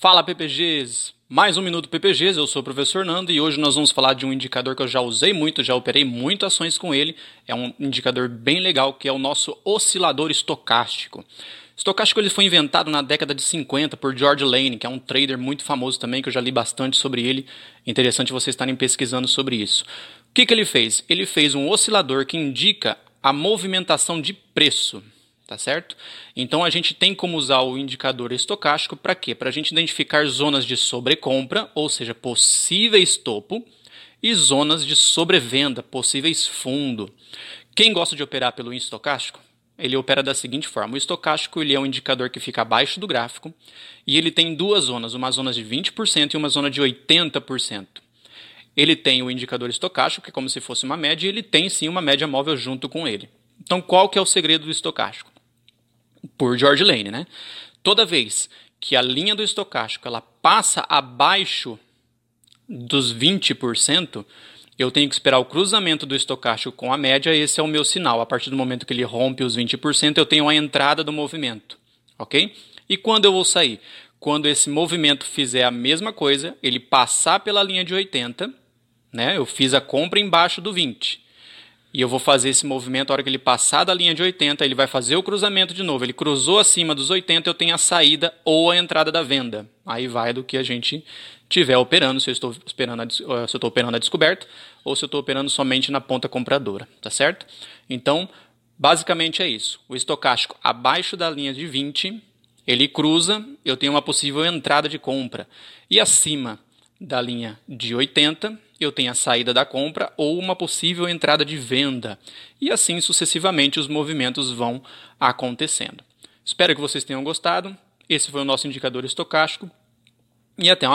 Fala PPGs, mais um Minuto PPGs, eu sou o professor Nando e hoje nós vamos falar de um indicador que eu já usei muito, já operei muitas ações com ele. É um indicador bem legal que é o nosso oscilador estocástico. Estocástico ele foi inventado na década de 50 por George Lane, que é um trader muito famoso também, que eu já li bastante sobre ele. Interessante vocês estarem pesquisando sobre isso. O que ele fez? Ele fez um oscilador que indica a movimentação de preço. Tá certo? Então a gente tem como usar o indicador estocástico para quê? Para a gente identificar zonas de sobrecompra, ou seja, possíveis topo, e zonas de sobrevenda, possíveis fundo. Quem gosta de operar pelo estocástico, ele opera da seguinte forma. O estocástico ele é um indicador que fica abaixo do gráfico e ele tem duas zonas, uma zona de 20% e uma zona de 80%. Ele tem o indicador estocástico, que é como se fosse uma média, e ele tem sim uma média móvel junto com ele. Então qual que é o segredo do estocástico? Por George Lane, né? Toda vez que a linha do estocástico ela passa abaixo dos 20%, eu tenho que esperar o cruzamento do estocástico com a média, esse é o meu sinal. A partir do momento que ele rompe os 20%, eu tenho a entrada do movimento, ok? E quando eu vou sair? Quando esse movimento fizer a mesma coisa, ele passar pela linha de 80, né? Eu fiz a compra embaixo do 20%. E eu vou fazer esse movimento, a hora que ele passar da linha de 80, ele vai fazer o cruzamento de novo. Ele cruzou acima dos 80, eu tenho a saída ou a entrada da venda. Aí vai do que a gente estiver operando, se eu estou operando a descoberta ou se eu estou operando somente na ponta compradora, tá certo? Então, basicamente é isso. O estocástico abaixo da linha de 20, ele cruza, eu tenho uma possível entrada de compra. E acima da linha de 80, eu tenho a saída da compra ou uma possível entrada de venda. E assim sucessivamente os movimentos vão acontecendo. Espero que vocês tenham gostado. Esse foi o nosso indicador estocástico. E até uma